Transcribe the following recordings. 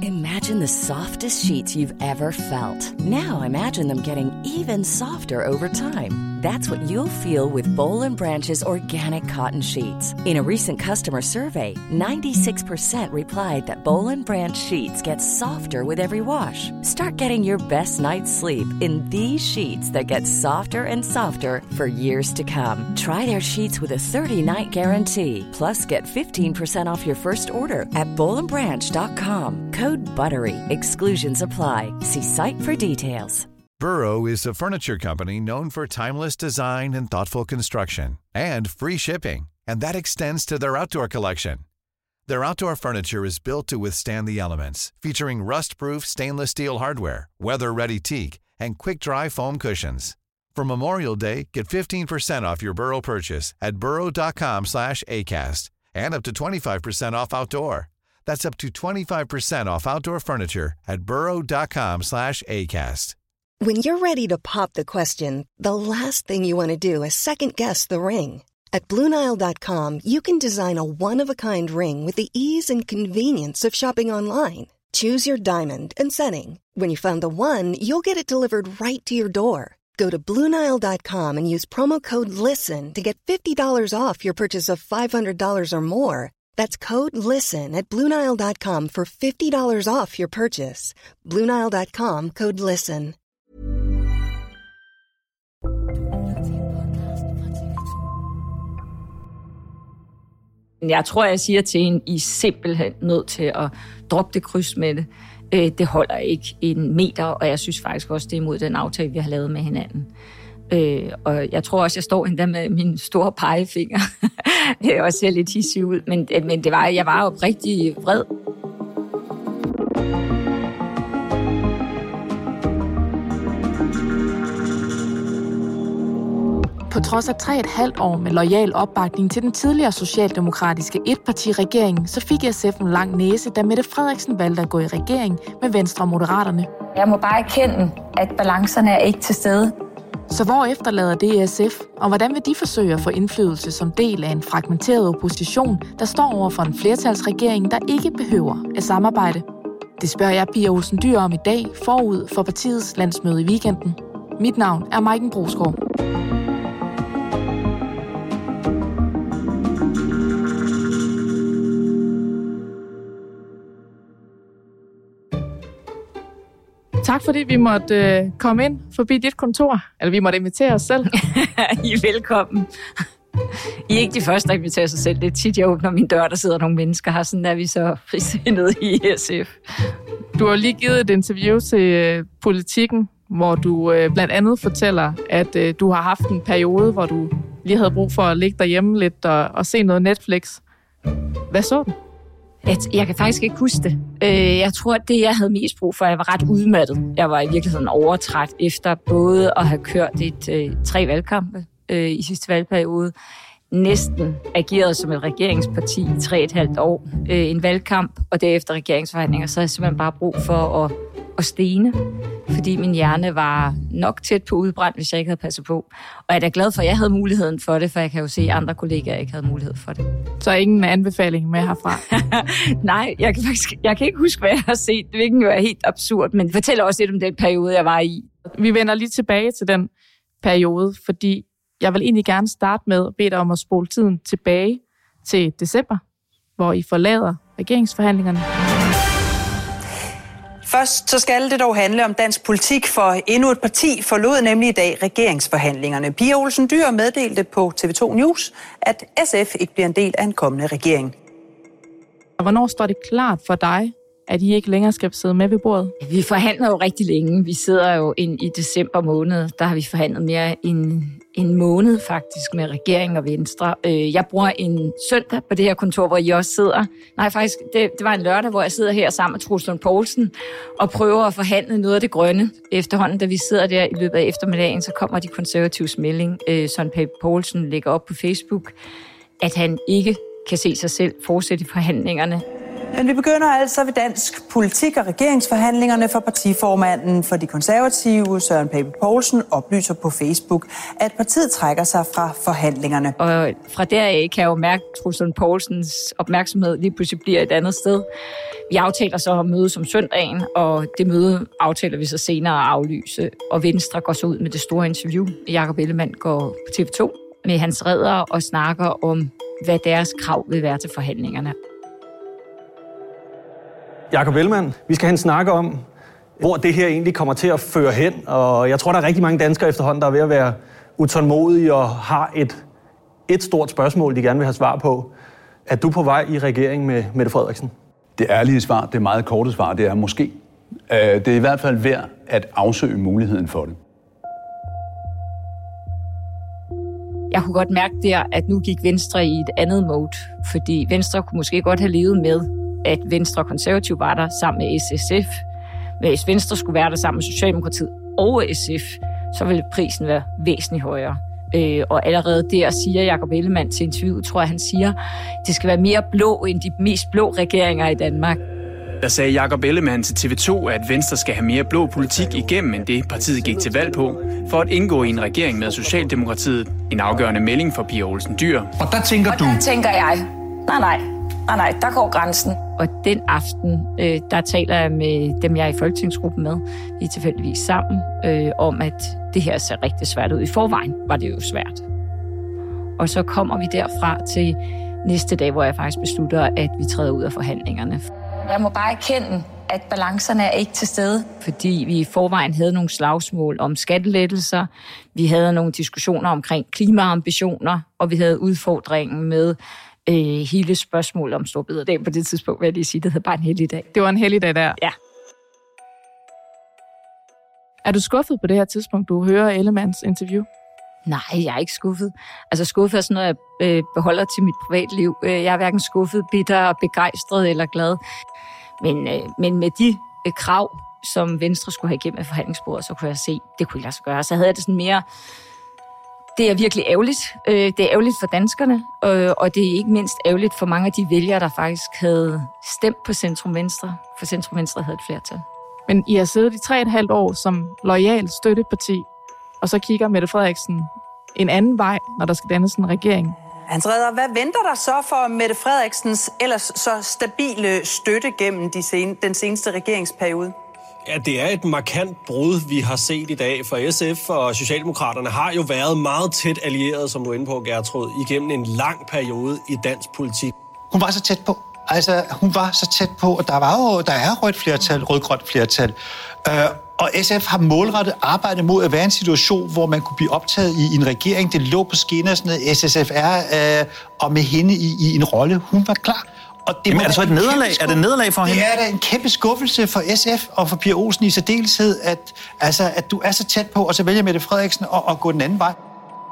Imagine the softest sheets you've ever felt. Now imagine them getting even softer over time. That's what you'll feel with Boll & Branch's organic cotton sheets. In a recent customer survey, 96% replied that Boll & Branch sheets get softer with every wash. Start getting your best night's sleep in these sheets that get softer and softer for years to come. Try their sheets with a 30-night guarantee. Plus, get 15% off your first order at bollandbranch.com. Code BUTTERY. Exclusions apply. See site for details. Burrow is a furniture company known for timeless design and thoughtful construction, and free shipping, and that extends to their outdoor collection. Their outdoor furniture is built to withstand the elements, featuring rust-proof stainless steel hardware, weather-ready teak, and quick-dry foam cushions. For Memorial Day, get 15% off your Burrow purchase at burrow.com/acast, and up to 25% off outdoor. That's up to 25% off outdoor furniture at burrow.com/acast. When you're ready to pop the question, the last thing you want to do is second-guess the ring. At BlueNile.com, you can design a one-of-a-kind ring with the ease and convenience of shopping online. Choose your diamond and setting. When you find the one, you'll get it delivered right to your door. Go to BlueNile.com and use promo code LISTEN to get $50 off your purchase of $500 or more. That's code LISTEN at BlueNile.com for $50 off your purchase. BlueNile.com, code LISTEN. Jeg tror, jeg siger til hende, I er simpelthen nødt til at droppe det kryds med det. Det holder ikke en meter, og jeg synes faktisk også, det er imod den aftale, vi har lavet med hinanden. Og jeg tror også, jeg står endda med mine store pegefinger og ser lidt hissig ud, men jeg var jo rigtig vred. På trods af 3,5 år med loyal opbakning til den tidligere socialdemokratiske etpartiregering, så fik SF en lang næse, da Mette Frederiksen valgte at gå i regering med Venstre og Moderaterne. Jeg må bare erkende, at balancerne er ikke til stede. Så hvor efterlader det SF, og hvordan vil de forsøge at få indflydelse som del af en fragmenteret opposition, der står over for en flertalsregering, der ikke behøver at samarbejde? Det spørger jeg Pia Olsen Dyhr om i dag, forud for partiets landsmøde i weekenden. Mit navn er Maiken Brosgaard. Tak fordi vi måtte komme ind forbi dit kontor. Eller vi måtte invitere os selv. I er velkommen. I er ikke de første, der inviterer sig selv. Det er tit, jeg åbner min dør, der sidder nogle mennesker her. Sådan er vi så frisindede i SF. Du har lige givet et interview til Politikken, hvor du blandt andet fortæller, at du har haft en periode, hvor du lige havde brug for at ligge derhjemme lidt og se noget Netflix. Hvad så du? Jeg kan faktisk ikke huske det. Jeg tror, at det, jeg havde mest brug for, jeg var ret udmattet. Jeg var i virkeligheden overtræt efter både at have kørt 3 valgkampe i sidste valgperiode, næsten ageret som et regeringsparti i 3,5 år, en valgkamp, og derefter regeringsforhandlinger, så havde jeg simpelthen bare brug for at stene, fordi min hjerne var nok tæt på udbrændt, hvis jeg ikke havde passet på. Og jeg er da glad for, at jeg havde muligheden for det, for jeg kan jo se, at andre kollegaer ikke havde mulighed for det. Så ingen anbefaling med herfra? Nej, jeg kan ikke huske, hvad jeg har set. Det vil være helt absurd, men det fortæller også lidt om den periode, jeg var i. Vi vender lige tilbage til den periode, fordi jeg vil egentlig gerne starte med at bede dig om at spole tiden tilbage til december, hvor I forlader regeringsforhandlingerne. Først så skal det dog handle om dansk politik, for endnu et parti forlod nemlig i dag regeringsforhandlingerne. Pia Olsen Dyhr meddelte på TV2 News, at SF ikke bliver en del af en kommende regering. Hvornår står det klart for dig, at I ikke længere skal sidde med ved bordet? Vi forhandler jo rigtig længe. Vi sidder jo ind i december måned. Der har vi forhandlet mere end en måned faktisk med regeringen og Venstre. Jeg bruger en søndag på det her kontor, hvor I også sidder. Nej, faktisk, det var en lørdag, hvor jeg sidder her sammen med Troels Lund Poulsen og prøver at forhandle noget af det grønne. Efterhånden, da vi sidder der i løbet af eftermiddagen, så kommer de konservatives melding. Søren Pape Poulsen lægger op på Facebook, at han ikke kan se sig selv fortsætte i forhandlingerne. Men vi begynder altså ved dansk politik og regeringsforhandlingerne, for partiformanden for de konservative, Søren Pape Poulsen, oplyser på Facebook, at partiet trækker sig fra forhandlingerne. Og fra deraf kan jeg jo mærke, at Søren Poulsens opmærksomhed lige pludselig bliver et andet sted. Vi aftaler så at mødes om søndagen, og det møde aftaler vi så senere at aflyse. Og Venstre går så ud med det store interview. Jakob Ellemann går på TV2 med hans redder og snakker om, hvad deres krav vil være til forhandlingerne. Jakob Ellemann, vi skal have en snak om, hvor det her egentlig kommer til at føre hen. Og jeg tror, der er rigtig mange danskere efterhånden, der er ved at være utålmodige og har et stort spørgsmål, de gerne vil have svar på. Er du på vej i regering med Mette Frederiksen? Det ærlige svar, det meget korte svar, det er måske. Det er i hvert fald værd at afsøge muligheden for det. Jeg kunne godt mærke der, at nu gik Venstre i et andet mode, fordi Venstre kunne måske godt have levet med, at Venstre og Konservative var der sammen med SSF. Men hvis Venstre skulle være der sammen med Socialdemokratiet og SF, så ville prisen være væsentligt højere. Og allerede der siger Jakob Ellemann til interviewet, tror jeg, han siger, at det skal være mere blå end de mest blå regeringer i Danmark. Der sagde Jakob Ellemann til TV2, at Venstre skal have mere blå politik igennem, end det partiet gik til valg på, for at indgå i en regering med Socialdemokratiet. En afgørende melding for Pia Olsen Dyhr. Og der tænker du... Der tænker jeg, nej, der går grænsen. Og den aften, der taler jeg med dem, jeg er i folketingsgruppen med, vi er tilfældigvis sammen, om at det her ser rigtig svært ud. I forvejen var det jo svært. Og så kommer vi derfra til næste dag, hvor jeg faktisk beslutter, at vi træder ud af forhandlingerne. Jeg må bare erkende, at balancerne er ikke til stede. Fordi vi i forvejen havde nogle slagsmål om skattelettelser, vi havde nogle diskussioner omkring klimaambitioner, og vi havde udfordringen med hele spørgsmålet om store bededag. På det tidspunkt vil jeg lige sige, det hed bare en helligdag. Det var en helligdag der? Ja. Er du skuffet på det her tidspunkt, du hører Ellemanns interview? Nej, jeg er ikke skuffet. Altså skuffet er sådan noget, jeg beholder til mit privatliv. Jeg er hverken skuffet, bitter, begejstret eller glad. Men med de krav, som Venstre skulle have igennem forhandlingsbordet, så kunne jeg se, det kunne ikke lade sig gøre. Så havde jeg det sådan mere... Det er virkelig ærgerligt. Det er ærgerligt for danskerne, og det er ikke mindst ærgerligt for mange af de vælgere, der faktisk havde stemt på Centrum Venstre, for Centrum Venstre havde et flertal. Men I har siddet i 3,5 år som loyal støtteparti, og så kigger Mette Frederiksen en anden vej, når der skal dannes en regering. Hans Redder, hvad venter der så for Mette Frederiksens ellers så stabile støtte gennem den seneste regeringsperiode? Ja, det er et markant brud, vi har set i dag, for SF og Socialdemokraterne har jo været meget tæt allieret, som du er inde på, Gertrud, igennem en lang periode i dansk politik. Hun var så tæt på. Altså, hun var så tæt på, og der er rød-grønt flertal. Og SF har målrettet arbejdet mod at være en situation, hvor man kunne blive optaget i en regering. Det lå på skinner, sådan noget SSFR, og med hende i en rolle. Hun var klar. Og det er det så et nederlag? Er det et nederlag for hende? Det er da en kæmpe skuffelse for SF og for Pia Olsen i særdeleshed, at du er så tæt på, og så vælger Mette Frederiksen at gå den anden vej.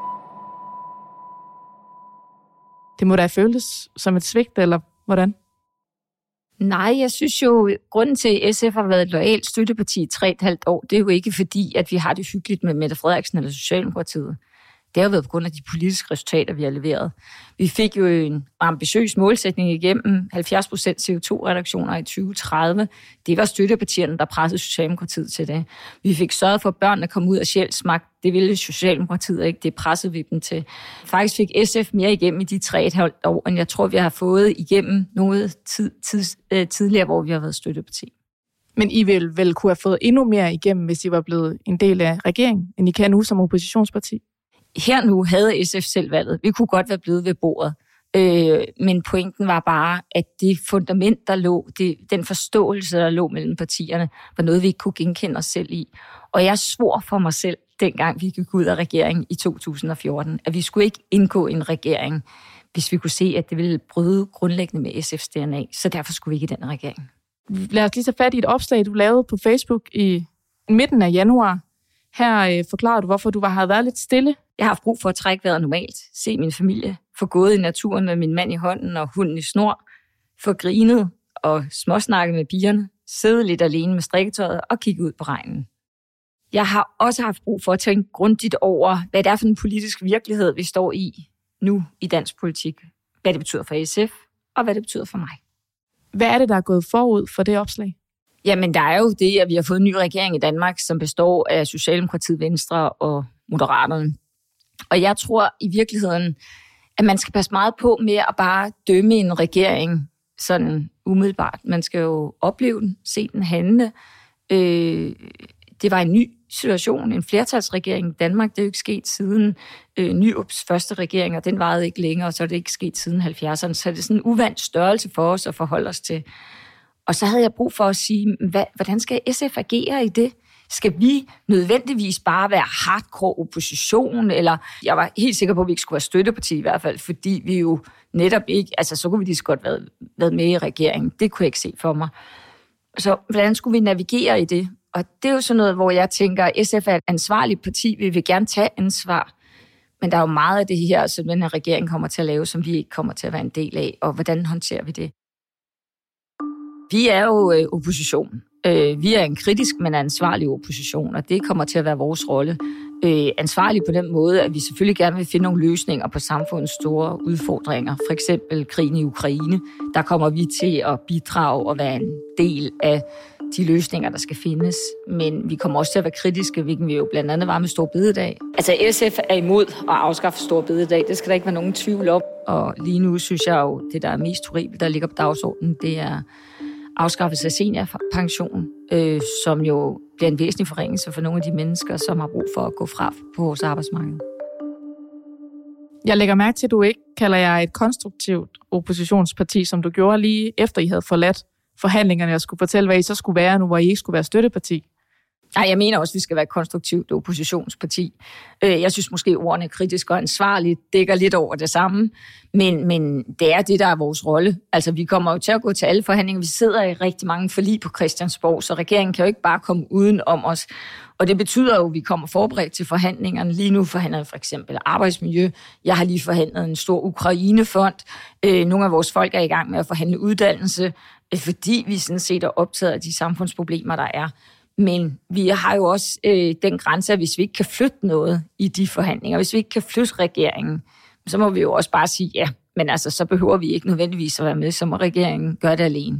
Det må da føles som et svigt, eller hvordan? Nej, jeg synes jo, grunden til, at SF har været et loyalt støtteparti i 3,5 år, det er jo ikke fordi, at vi har det hyggeligt med Mette Frederiksen eller Socialdemokratiet. Det har været på grund af de politiske resultater, vi har leveret. Vi fik jo en ambitiøs målsætning igennem 70% CO2-reduktioner i 2030. Det var støttepartierne, der pressede Socialdemokratiet til det. Vi fik sørget for, at børnene kom ud af sjælsmagt. Det ville Socialdemokratiet ikke. Det pressede vi dem til. Faktisk fik SF mere igennem i de 3,5 år, end jeg tror, vi har fået igennem noget tidligere, hvor vi har været støtteparti. Men I ville vel kunne have fået endnu mere igennem, hvis I var blevet en del af regeringen, end I kan nu som oppositionsparti? Her nu havde SF selv valget. Vi kunne godt være blevet ved bordet. Men pointen var bare, at det fundament, der lå, den forståelse, der lå mellem partierne, var noget, vi ikke kunne genkende os selv i. Og jeg svor for mig selv, dengang vi gik ud af regeringen i 2014, at vi skulle ikke indgå i en regering, hvis vi kunne se, at det ville bryde grundlæggende med SF's DNA. Så derfor skulle vi ikke i den regering. Lad os lige tage fat i et opslag, du lavede på Facebook i midten af januar. Her forklarer du, hvorfor du havde været lidt stille. Jeg har haft brug for at trække vejret normalt, se min familie, få gået i naturen med min mand i hånden og hunden i snor, få grinet og småsnakket med pigerne, sidde lidt alene med strikketøjet og kigge ud på regnen. Jeg har også haft brug for at tænke grundigt over, hvad det er for en politisk virkelighed, vi står i nu i dansk politik. Hvad det betyder for SF, og hvad det betyder for mig. Hvad er det, der er gået forud for det opslag? Jamen, der er jo det, at vi har fået en ny regering i Danmark, som består af Socialdemokratiet, Venstre og Moderaterne. Og jeg tror i virkeligheden, at man skal passe meget på med at bare dømme en regering sådan umiddelbart. Man skal jo opleve den, se den handle. Det var en ny situation, en flertalsregering i Danmark. Det er jo ikke sket siden Nyrups første regering, og den varede ikke længere, og så er det ikke sket siden 70'erne. Så det er sådan en uvandt størrelse for os at forholde os til. Og så havde jeg brug for at sige, hvordan skal SF agere i det? Skal vi nødvendigvis bare være hardcore opposition? Eller jeg var helt sikker på, at vi ikke skulle være støtteparti i hvert fald, fordi vi jo netop ikke, altså så kunne vi lige så godt været med i regeringen. Det kunne jeg ikke se for mig. Så hvordan skulle vi navigere i det? Og det er jo sådan noget, hvor jeg tænker, at SF er et ansvarligt parti. Vi vil gerne tage ansvar. Men der er jo meget af det her, som den her regering kommer til at lave, som vi ikke kommer til at være en del af. Og hvordan håndterer vi det? Vi er jo opposition. Vi er en kritisk, men ansvarlig opposition, og det kommer til at være vores rolle. Ansvarlig på den måde, at vi selvfølgelig gerne vil finde nogle løsninger på samfundets store udfordringer. For eksempel krigen i Ukraine. Der kommer vi til at bidrage og være en del af de løsninger, der skal findes. Men vi kommer også til at være kritiske, hvilken vi jo blandt andet var med Store Bededag. Altså SF er imod at afskaffe Store Bededag. Det skal der ikke være nogen tvivl om. Og lige nu synes jeg jo, det der er mest horribelt, der ligger på dagsordenen, det er afskaffelse af seniorpension, som jo bliver en væsentlig forringelse for nogle af de mennesker, som har brug for at gå fra på vores arbejdsmarked. Jeg lægger mærke til, at du ikke kalder jer et konstruktivt oppositionsparti, som du gjorde lige efter I havde forladt forhandlingerne og skulle fortælle, hvad I så skulle være nu, hvor I ikke skulle være støtteparti. Nej, jeg mener også, at vi skal være et konstruktivt oppositionsparti. Jeg synes måske, at ordene kritisk og ansvarligt dækker lidt over det samme, men det er det, der er vores rolle. Altså, vi kommer jo til at gå til alle forhandlinger. Vi sidder i rigtig mange forlig på Christiansborg, så regeringen kan jo ikke bare komme uden om os. Og det betyder jo, at vi kommer forberedt til forhandlingerne. Lige nu forhandler vi for eksempel arbejdsmiljø. Jeg har lige forhandlet en stor Ukraine-fond. Nogle af vores folk er i gang med at forhandle uddannelse, fordi vi sådan set er optaget af de samfundsproblemer, der er. Men vi har jo også den grænse, at hvis vi ikke kan flytte noget i de forhandlinger, hvis vi ikke kan flytte regeringen, så må vi jo også bare sige ja. Men altså, så behøver vi ikke nødvendigvis at være med, så må regeringen gøre det alene.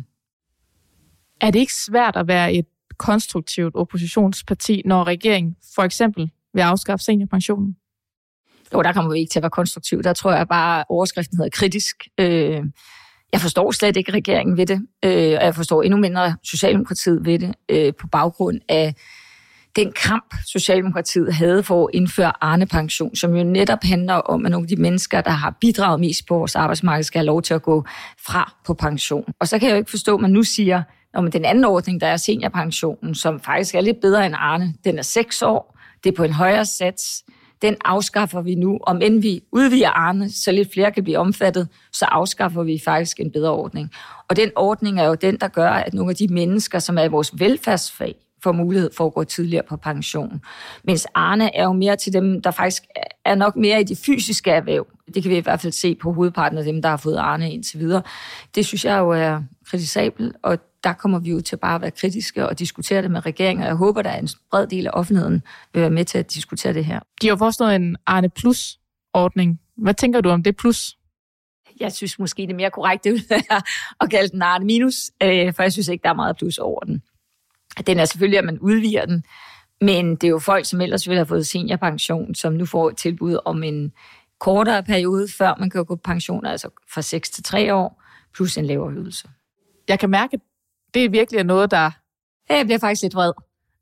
Er det ikke svært at være et konstruktivt oppositionsparti, når regeringen for eksempel vil afskaffe seniorpensionen? Jo, der kommer vi ikke til at være konstruktiv. Der tror jeg bare, overskriften hedder kritisk. Jeg forstår slet ikke regeringen ved det, og jeg forstår endnu mindre Socialdemokratiet ved det, på baggrund af den kamp, Socialdemokratiet havde for at indføre Arne-pension, som jo netop handler om, at nogle af de mennesker, der har bidraget mest på vores arbejdsmarked, skal have lov til at gå fra på pension. Og så kan jeg jo ikke forstå, at man nu siger, at den anden ordning, der er seniorpensionen, som faktisk er lidt bedre end Arne, den er 6 år, det er på en højere sats. Den afskaffer vi nu. Om end vi udvider Arne, så lidt flere kan blive omfattet, så afskaffer vi faktisk en bedre ordning. Og den ordning er jo den, der gør, at nogle af de mennesker, som er i vores velfærdsfag, får mulighed for at gå tidligere på pension. Mens Arne er jo mere til dem, der faktisk er nok mere i de fysiske erhverv. Det kan vi i hvert fald se på hovedparten af dem, der har fået Arne indtil videre. Det synes jeg jo er kritisabelt, og der kommer vi jo til bare at være kritiske og diskutere det med regeringen, og jeg håber, der er en bred del af offentligheden vil være med til at diskutere det her. De har jo foreslået en Arne Plus-ordning. Hvad tænker du om det plus? Jeg synes måske, det er mere korrekt, det vil være at kalde den Arne Minus, for jeg synes ikke, der er meget plus over den. Den er selvfølgelig, at man udvider den, men det er jo folk, som ellers ville have fået seniorpension, som nu får et tilbud om en kortere periode, før man kan gå på pension, altså fra 6 til 3 år, plus en lavere ydelse. Jeg kan mærke, at det er virkelig noget, der... Jeg bliver faktisk lidt vred.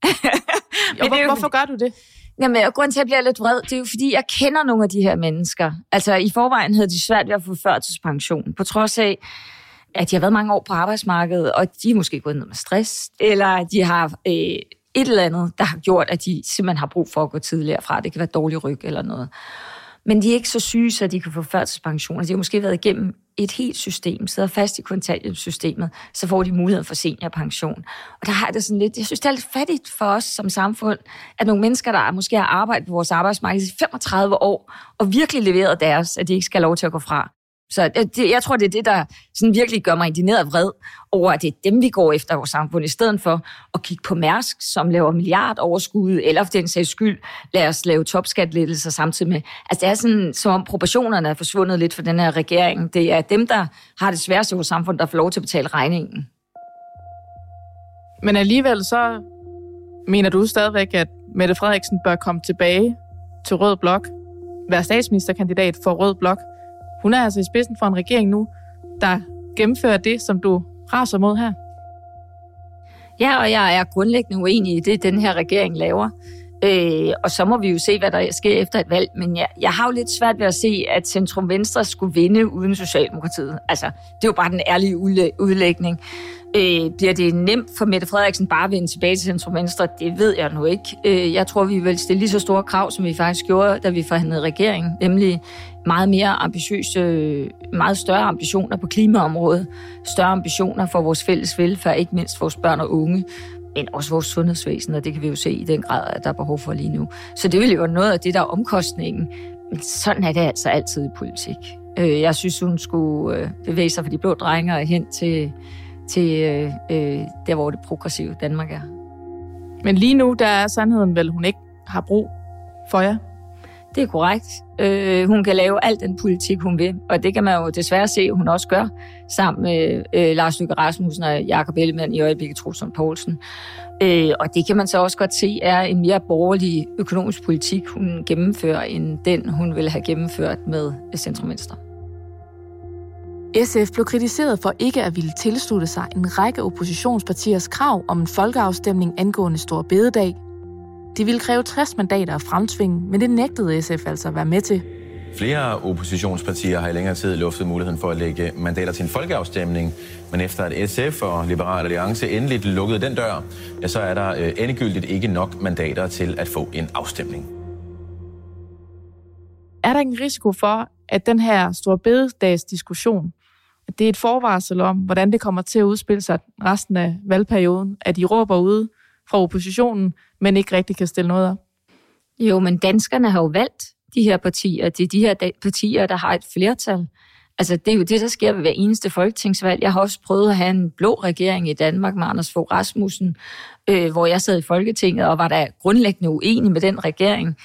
Hvorfor gør du det? Jamen, grunden til, at jeg bliver lidt vred, det er jo, fordi jeg kender nogle af de her mennesker. Altså, i forvejen havde de svært ved at få førtidspension, på trods af, at de har været mange år på arbejdsmarkedet, og de er måske gået ned med stress, eller de har et eller andet, der har gjort, at de simpelthen har brug for at gå tidligere fra. Det kan være dårlig ryg eller noget. Men de er ikke så syge, så de kan få førtidspension. De har måske været igennem et helt system, sidder fast i kontanthjælpssystemet, så får de mulighed for seniorpension. Og der har det sådan lidt, jeg synes, det er lidt fattigt for os som samfund, at nogle mennesker, der måske har arbejdet på vores arbejdsmarked i 35 år, og virkelig leveret deres, at de ikke skal have lov til at gå fra. Så jeg tror, det er det, der sådan virkelig gør mig indigneret vred over, at det er dem, vi går efter i vores samfund, i stedet for at kigge på Mærsk, som laver milliardoverskud, eller for den sags skyld, lad os lave topskattelettelser samtidig med. Altså det er sådan, som om proportionerne er forsvundet lidt for den her regering. Det er dem, der har det sværeste i vores samfund, der får lov til at betale regningen. Men alligevel så mener du stadigvæk, at Mette Frederiksen bør komme tilbage til Rød Blok, være statsministerkandidat for Rød Blok. Hun er altså i spidsen for en regering nu, der gennemfører det, som du raser mod her. Ja, og jeg er grundlæggende uenig i det, den her regering laver. Og så må vi jo se, hvad der sker efter et valg. Men jeg har jo lidt svært ved at se, at Centrum Venstre skulle vinde uden Socialdemokratiet. Altså, det er jo bare den ærlige udlægning. Bliver det nemt for Mette Frederiksen bare at vende tilbage til Centrum Venstre? Det ved jeg nu ikke. Jeg tror, vi vil stille lige så store krav, som vi faktisk gjorde, da vi forhandlede regeringen. Nemlig meget mere ambitiøse, meget større ambitioner på klimaområdet. Større ambitioner for vores fælles velfærd, ikke mindst vores børn og unge. Men også vores sundhedsvæsen, og det kan vi jo se i den grad, at der er behov for lige nu. Så det vil jo være noget af det, der er omkostningen. Men sådan er det altså altid i politik. Jeg synes, hun skulle bevæge sig for de blå drenge og hen til der, hvor det progressive Danmark er. Men lige nu, der er sandheden vel, hun ikke har brug for jer? Det er korrekt. Hun kan lave al den politik, hun vil, og det kan man jo desværre se, at hun også gør, sammen med Lars Løkke Rasmussen og Jakob Ellemann, i øjeblikket Troels Lund Poulsen. Og det kan man så også godt se er en mere borgerlig økonomisk politik, hun gennemfører, end den, hun ville have gennemført med Centrum Venstre. SF blev kritiseret for ikke at ville tilslutte sig en række oppositionspartiers krav om en folkeafstemning angående Store Bededag. De ville kræve 60 mandater og fremtvinge, men det nægtede SF altså at være med til. Flere oppositionspartier har i længere tid luftet muligheden for at lægge mandater til en folkeafstemning, men efter at SF og Liberal Alliance endelig lukkede den dør, ja, så er der endegyldigt ikke nok mandater til at få en afstemning. Er der en risiko for, at den her Store Bededagsdiskussion, at det er et forvarsel om, hvordan det kommer til at udspille sig resten af valgperioden, at de råber ude fra oppositionen, men ikke rigtig kan stille noget op? Jo, men danskerne har jo valgt de her partier. Det er de her partier, der har et flertal. Altså, det er jo det, der sker ved hver eneste folketingsvalg. Jeg har også prøvet at have en blå regering i Danmark med Anders Fogh Rasmussen, hvor jeg sad i Folketinget og var da grundlæggende uenig med den regering.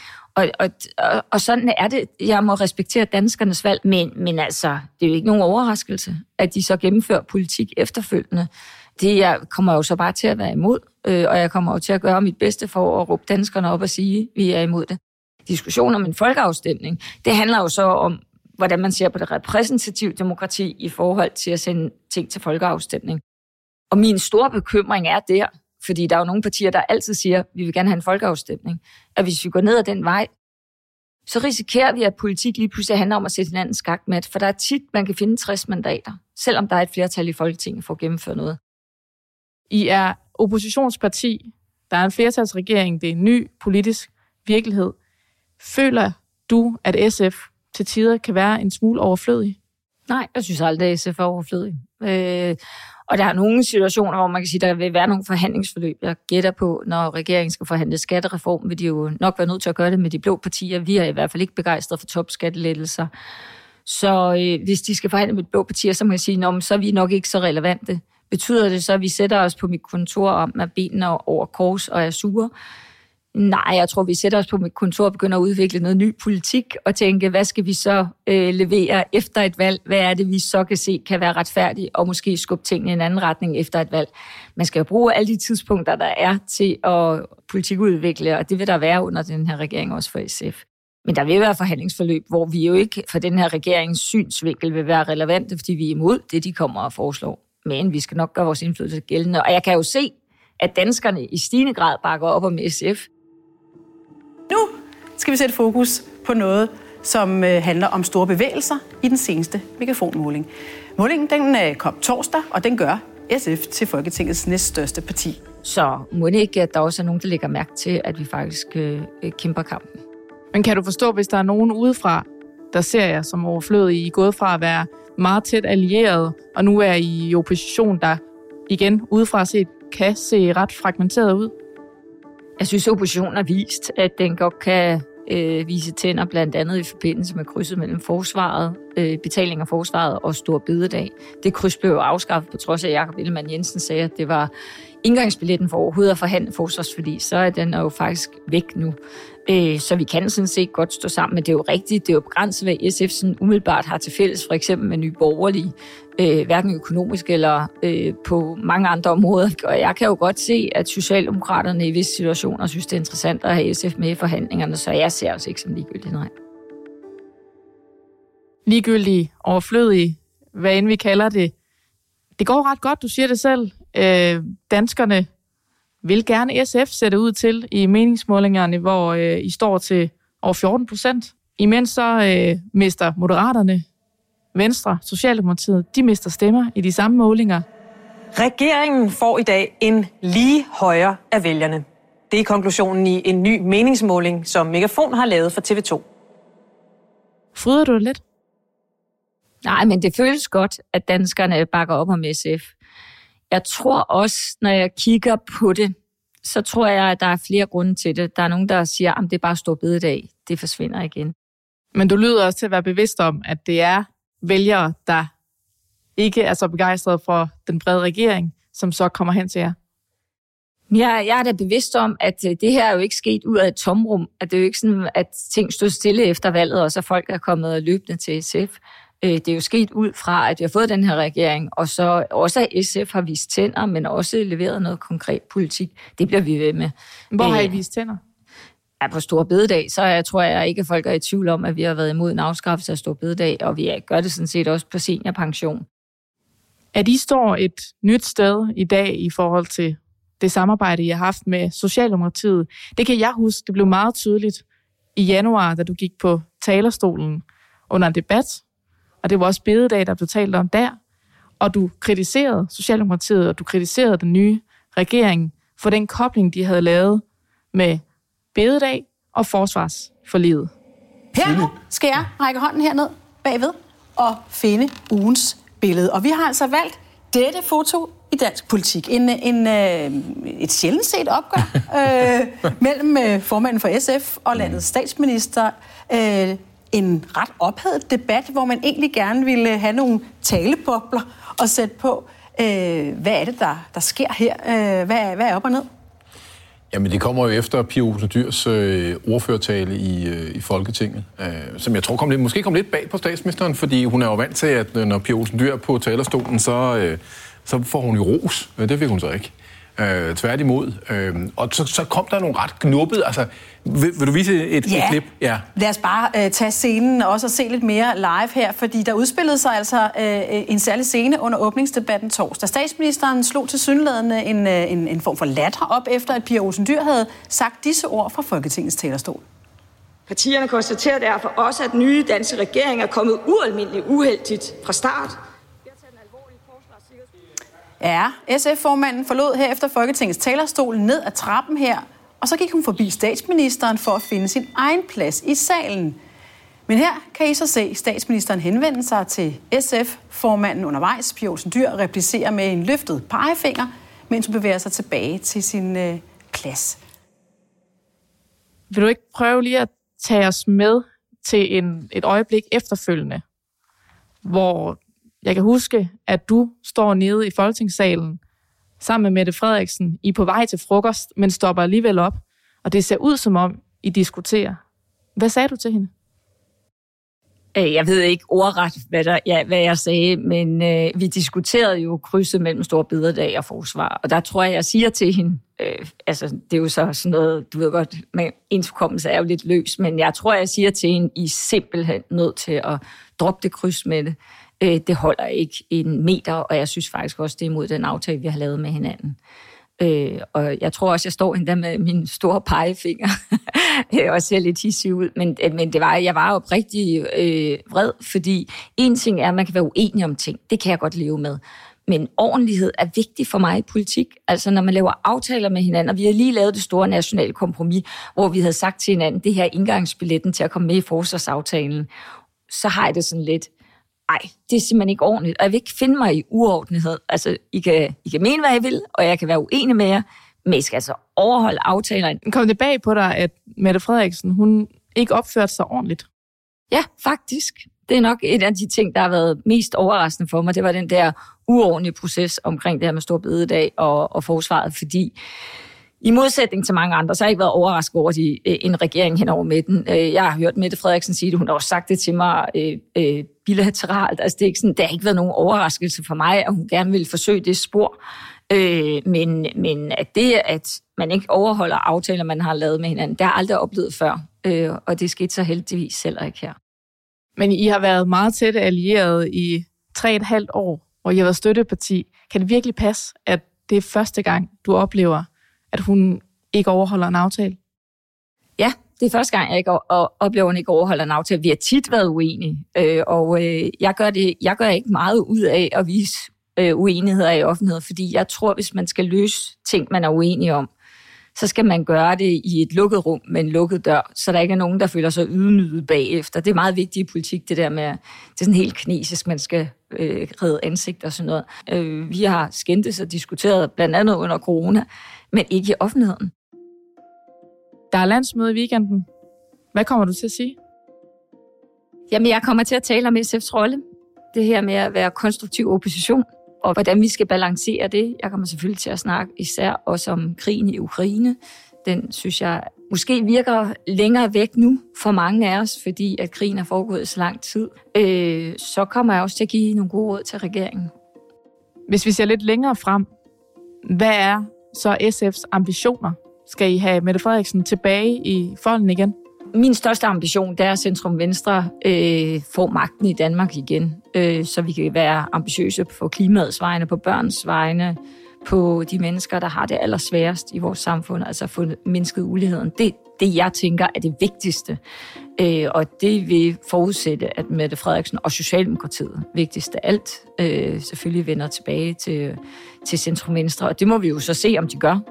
Og sådan er det. Jeg må respektere danskernes valg, men altså, det er jo ikke nogen overraskelse, at de så gennemfører politik efterfølgende. Det jeg kommer jo så bare til at være imod, og jeg kommer jo til at gøre mit bedste for at råbe danskerne op og sige, at vi er imod det. Diskussion om en folkeafstemning, det handler jo så om, hvordan man ser på det repræsentative demokrati i forhold til at sende ting til folkeafstemning. Og min store bekymring er der, fordi der er jo nogle partier, der altid siger, at vi vil gerne have en folkeafstemning, at hvis vi går ned ad den vej, så risikerer vi, at politik lige pludselig handler om at sætte hinanden skakmat, for der er tit, man kan finde 60 mandater, selvom der er et flertal i Folketinget for at gennemføre noget. I er oppositionsparti, der er en flertalsregering, det er en ny politisk virkelighed. Føler du, at SF til tider kan være en smule overflødig? Nej, jeg synes aldrig, at SF er overflødig. Og der er nogle situationer, hvor man kan sige, at der vil være nogle forhandlingsforløb. Jeg gætter på, når regeringen skal forhandle skattereform, vil de jo nok være nødt til at gøre det med de blå partier. Vi er i hvert fald ikke begejstrede for topskattelettelser. Så hvis de skal forhandle med de blå partier, så må jeg sige, så er vi nok ikke så relevante. Betyder det så, at vi sætter os på mit kontor om med benene over kors og er sure? Nej, jeg tror, vi sætter os på mit kontor og begynder at udvikle noget ny politik og tænke, hvad skal vi så levere efter et valg? Hvad er det, vi så kan se kan være retfærdigt og måske skubbe tingene i en anden retning efter et valg? Man skal jo bruge alle de tidspunkter, der er til at politikudvikle, og det vil der være under den her regering også for SF. Men der vil være forhandlingsforløb, hvor vi jo ikke for den her regerings synsvinkel vil være relevante, fordi vi er imod det, de kommer og foreslår. Men vi skal nok gøre vores indflydelse gældende. Og jeg kan jo se, at danskerne i stigende grad bakker op om SF. Nu skal vi sætte fokus på noget, som handler om store bevægelser i den seneste megafonmåling. Målingen den kom torsdag, og den gør SF til Folketingets næststørste parti. Så må det ikke, at der også er nogen, der lægger mærke til, at vi faktisk kæmper kampen. Men kan du forstå, hvis der er nogen udefra, der ser jer som overflødige? I er gået fra at være meget tæt allieret, og nu er I i opposition, der igen udefra set kan se ret fragmenteret ud? Jeg synes, oppositionen har vist, at den godt kan vise tænder, blandt andet i forbindelse med krydset mellem forsvaret, betaling af forsvaret og Stor Bededag. Det kryds blev afskaffet, på trods af, at Jakob Ellemann-Jensen sagde, at det var indgangsbilletten for overhovedet at forhandle forsvarsforlig, så er den jo faktisk væk nu. Så vi kan sådan set godt stå sammen, men det er jo rigtigt, det er jo begrænset, hvad SF sådan umiddelbart har til fælles, for eksempel med Nye Borgerlige, hverken økonomisk eller på mange andre områder. Og jeg kan jo godt se, at Socialdemokraterne i visse situationer synes, det er interessant at have SF med i forhandlingerne, så jeg ser også ikke som ligegyldigt, nej. Ligegyldigt, overflødig, hvad end vi kalder det. Det går ret godt, du siger det selv. Danskerne vil gerne SF sætte ud til i meningsmålingerne, hvor I står til over 14%. Imens så mister Moderaterne, Venstre, Socialdemokratiet, de mister stemmer i de samme målinger. Regeringen får i dag en lige højre af vælgerne. Det er konklusionen i en ny meningsmåling, som Megafon har lavet for TV2. Fryder du det lidt? Nej, men det føles godt, at danskerne bakker op om SF. Jeg tror også, når jeg kigger på det, så tror jeg, at der er flere grunde til det. Der er nogen, der siger, at det er bare Stor Bededag. Det forsvinder igen. Men du lyder også til at være bevidst om, at det er vælgere, der ikke er så begejstrede for den brede regering, som så kommer hen til jer. Jeg er da bevidst om, at det her er jo ikke sket ud af et tomrum. At det er jo ikke sådan, at ting stod stille efter valget, og så folk er kommet løbende til SF. Det er jo sket ud fra, at vi har fået den her regering, og så også at SF har vist tænder, men også leveret noget konkret politik. Det bliver vi ved med. Hvor har I vist tænder? Ja, på Stor Bededag, så tror jeg ikke, at folk er i tvivl om, at vi har været imod en afskaffelse af Stor Bededag, og vi gør det sådan set også på seniorpension. At I står et nyt sted i dag i forhold til det samarbejde, I har haft med Socialdemokratiet, det kan jeg huske, det blev meget tydeligt i januar, da du gik på talerstolen under en debat, og det var også bededag, der blev talt om der, og du kritiserede Socialdemokratiet, og du kritiserede den nye regering for den kobling, de havde lavet med bededag og forsvarsforliget. Her skal jeg række hånden herned bagved og finde ugens billede. Og vi har altså valgt dette foto i dansk politik. Et sjældent set opgør mellem formanden for SF og landets statsminister. En ret ophedet debat, hvor man egentlig gerne ville have nogle talebobler og sætte på. Hvad er det, der sker her? Hvad er op og ned? Jamen, det kommer jo efter Pia Olsen Dyhrs ordførertale i Folketinget, som jeg tror måske kom lidt bag på statsministeren, fordi hun er jo vant til, at når Pia Olsen Dyhr er på talerstolen, så får hun jo ros. Det fik hun så ikke. Tværtimod. Og så kom der nogle ret knuppede. Altså, vil du vise et klip? Ja. Lad os bare tage scenen og også se lidt mere live her, fordi der udspillede sig altså en særlig scene under åbningsdebatten torsdag. Statsministeren slog tilsyneladende en form for latter op, efter at Pia Olsen Dyhr havde sagt disse ord fra Folketingets talerstol. Partierne konstaterer derfor også, at den nye danske regering er kommet ualmindeligt uheldigt fra start. Ja, SF-formanden forlod her efter Folketingets talerstol ned ad trappen her, og så gik hun forbi statsministeren for at finde sin egen plads i salen. Men her kan I så se statsministeren henvende sig til SF-formanden undervejs. Pia Olsen Dyhr replicerer med en løftet pegefinger, mens hun bevæger sig tilbage til sin plads. Vil du ikke prøve lige at tage os med til et øjeblik efterfølgende, hvor jeg kan huske, at du står nede i Folketingssalen sammen med Mette Frederiksen. I er på vej til frokost, men stopper alligevel op. Og det ser ud som om, I diskuterer. Hvad sagde du til hende? Jeg ved ikke ordret, hvad jeg sagde, men vi diskuterede jo krydset mellem Stor Bededag og forsvar. Og der tror jeg siger til hende, det er jo så sådan noget, du ved godt, men ens hukommelse er jo lidt løs, men jeg tror, jeg siger til hende, I er simpelthen nødt til at droppe det kryds med det. Det holder ikke en meter, og jeg synes faktisk også, det er imod den aftale, vi har lavet med hinanden. Og jeg tror også, jeg står endda med min store pegefinger og ser lidt hissig ud. Men jeg var oprigtig vred, fordi en ting er, at man kan være uenig om ting. Det kan jeg godt leve med. Men ordentlighed er vigtig for mig i politik. Altså når man laver aftaler med hinanden, og vi har lige lavet det store nationale kompromis, hvor vi havde sagt til hinanden, det her indgangsbilletten til at komme med i forsvarsaftalen, så har jeg det sådan lidt, det er simpelthen ikke ordentligt, og jeg vil ikke finde mig i uordentlighed. Altså, I kan mene, hvad I vil, og jeg kan være uenig med jer, men I skal altså overholde aftalerne. Kom det bag på dig, at Mette Frederiksen, hun ikke opført sig ordentligt? Ja, faktisk. Det er nok et af de ting, der har været mest overraskende for mig. Det var den der uordentlige proces omkring det her med Store Bededag og forsvaret, fordi i modsætning til mange andre, så har jeg ikke været overrasket over en regering hen over midten. Jeg har hørt Mette Frederiksen sige det, hun har også sagt det til mig bilateralt. Altså, det har ikke været nogen overraskelse for mig, at hun gerne ville forsøge det spor. Men at det, at man ikke overholder aftaler, man har lavet med hinanden, det har jeg aldrig oplevet før. Og det skete så heldigvis heller ikke her. Men I har været meget tæt allieret i 3,5 år, og I har været støtteparti. Kan det virkelig passe, at det er første gang, du oplever, at hun ikke overholder en aftale? Ja, det er første gang, jeg ikke oplever, at hun ikke overholder en aftale. Vi har tit været uenige, og jeg gør ikke meget ud af at vise uenigheder i offentlighed, fordi jeg tror, hvis man skal løse ting, man er uenig om, så skal man gøre det i et lukket rum med en lukket dør, så der ikke er nogen, der føler sig ydmyget bagefter. Det er meget vigtigt i politik, det der med, det er sådan helt kinesisk, man skal redde ansigt og sådan noget. Vi har skændtes og diskuteret blandt andet under corona, men ikke i offentligheden. Der er landsmøde i weekenden. Hvad kommer du til at sige? Jamen, jeg kommer til at tale om SF's rolle. Det her med at være konstruktiv opposition, og hvordan vi skal balancere det. Jeg kommer selvfølgelig til at snakke især også om krigen i Ukraine. Den synes jeg måske virker længere væk nu for mange af os, fordi at krigen er foregået så lang tid. Så kommer jeg også til at give nogle gode råd til regeringen. Hvis vi ser lidt længere frem, hvad er så SF's ambitioner? Skal I have Mette Frederiksen tilbage i folden igen? Min største ambition, det er, at Centrum Venstre får magten i Danmark igen, så vi kan være ambitiøse på klimaets vegne, på børns vegne, på de mennesker, der har det allersværest i vores samfund, altså få mindsket uligheden. Det jeg tænker, er det vigtigste, og det vil forudsætte, at Mette Frederiksen og Socialdemokratiet, vigtigst af alt, selvfølgelig vender tilbage til Centrum Venstre, og det må vi jo så se, om de gør.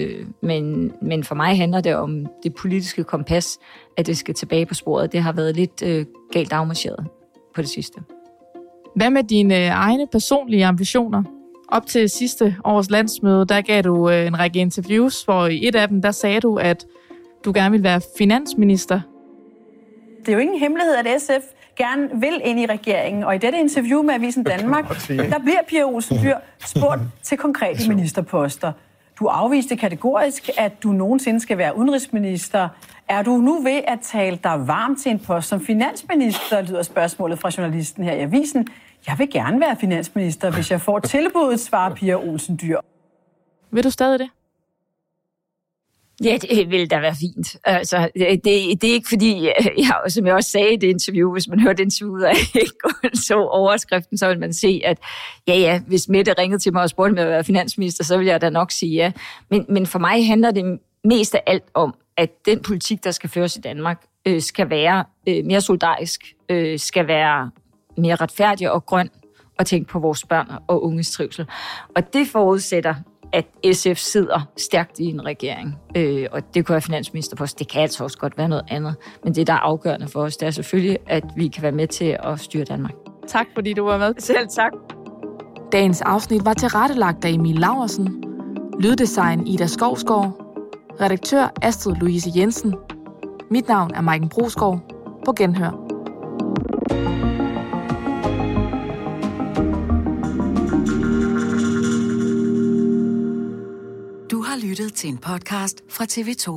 Men for mig handler det om det politiske kompas, at det skal tilbage på sporet. Det har været lidt galt afmarcheret på det sidste. Hvad med dine egne personlige ambitioner? Op til sidste års landsmøde, der gav du en række interviews, hvor i et af dem, der sagde du, at du gerne vil være finansminister. Det er jo ingen hemmelighed, at SF gerne vil ind i regeringen, og i dette interview med Avisen Danmark, der bliver Pia Olsen Dyhr spurgt til konkrete ministerposter. Du afviste kategorisk, at du nogensinde skal være udenrigsminister. Er du nu ved at tale dig varmt til en post som finansminister, lyder spørgsmålet fra journalisten her i Avisen. Jeg vil gerne være finansminister, hvis jeg får tilbuddet, svarer Pia Olsen Dyhr. Vil du stadig det? Ja, det vil da være fint. Altså, det er ikke fordi, som jeg også sagde i det interview, hvis man hørte interviewet af så overskriften, så vil man se, at ja, hvis Mette ringede til mig og spurgte mig at være finansminister, så vil jeg da nok sige ja. Men for mig handler det mest af alt om, at den politik, der skal føres i Danmark, skal være mere solidarisk, skal være mere retfærdig og grøn, og tænke på vores børn og unges trivsel. Og det forudsætter, at SF sidder stærkt i en regering. Og det kunne være finansministerpost. Det kan altså også godt være noget andet. Men det, der er afgørende for os, det er selvfølgelig, at vi kan være med til at styre Danmark. Tak, fordi du var med. Selv tak. Dagens afsnit var tilrettelagt af Emil Laursen. Lyddesign Ida Skovsgaard. Redaktør Astrid Louise Jensen. Mit navn er Maiken Brusgaard. På genhør. Du har lyttet til en podcast fra TV2.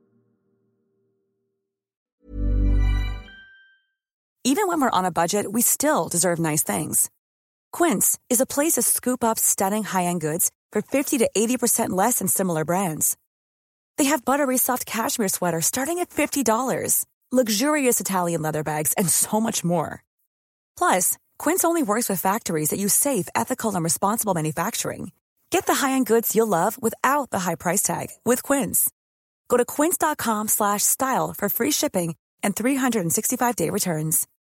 Even when we're on a budget, we still deserve nice things. Quince is a place to scoop up stunning high-end goods for 50 to 80% less than similar brands. They have buttery soft cashmere sweaters starting at $50, luxurious Italian leather bags, and so much more. Plus, Quince only works with factories that use safe, ethical, and responsible manufacturing. Get the high-end goods you'll love without the high price tag with Quince. Go to quince.com/style for free shipping and 365-day returns.